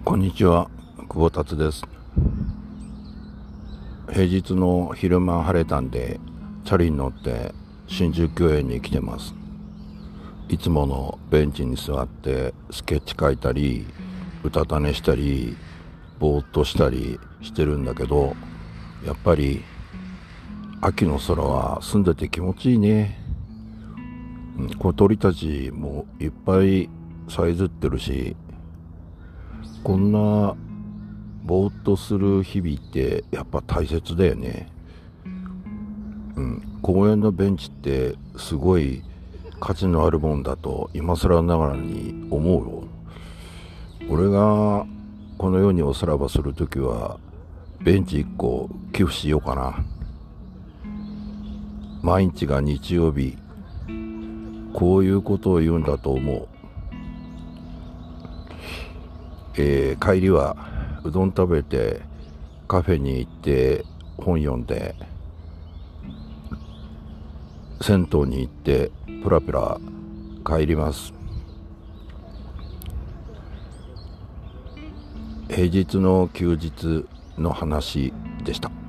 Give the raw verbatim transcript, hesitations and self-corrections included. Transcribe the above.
こんにちは、久保達です。平日の昼間晴れたんで、チャリに乗って新宿御苑に来てます。いつものベンチに座ってスケッチ描いたり、うたた寝したり、ぼーっとしたりしてるんだけど、やっぱり秋の空は澄んでて気持ちいいね。小鳥たちもいっぱいさえずってるし、こんなぼーっとする日々ってやっぱ大切だよね。うん、公園のベンチってすごい価値のあるもんだと今更ながらに思うよ。俺がこの世におさらばするときはベンチいっこ寄付しようかな。毎日が日曜日、こういうことを言うんだと思う。えー帰りはうどん食べてカフェに行って本読んで、銭湯に行ってプラプラ帰ります。平日の休日の話でした。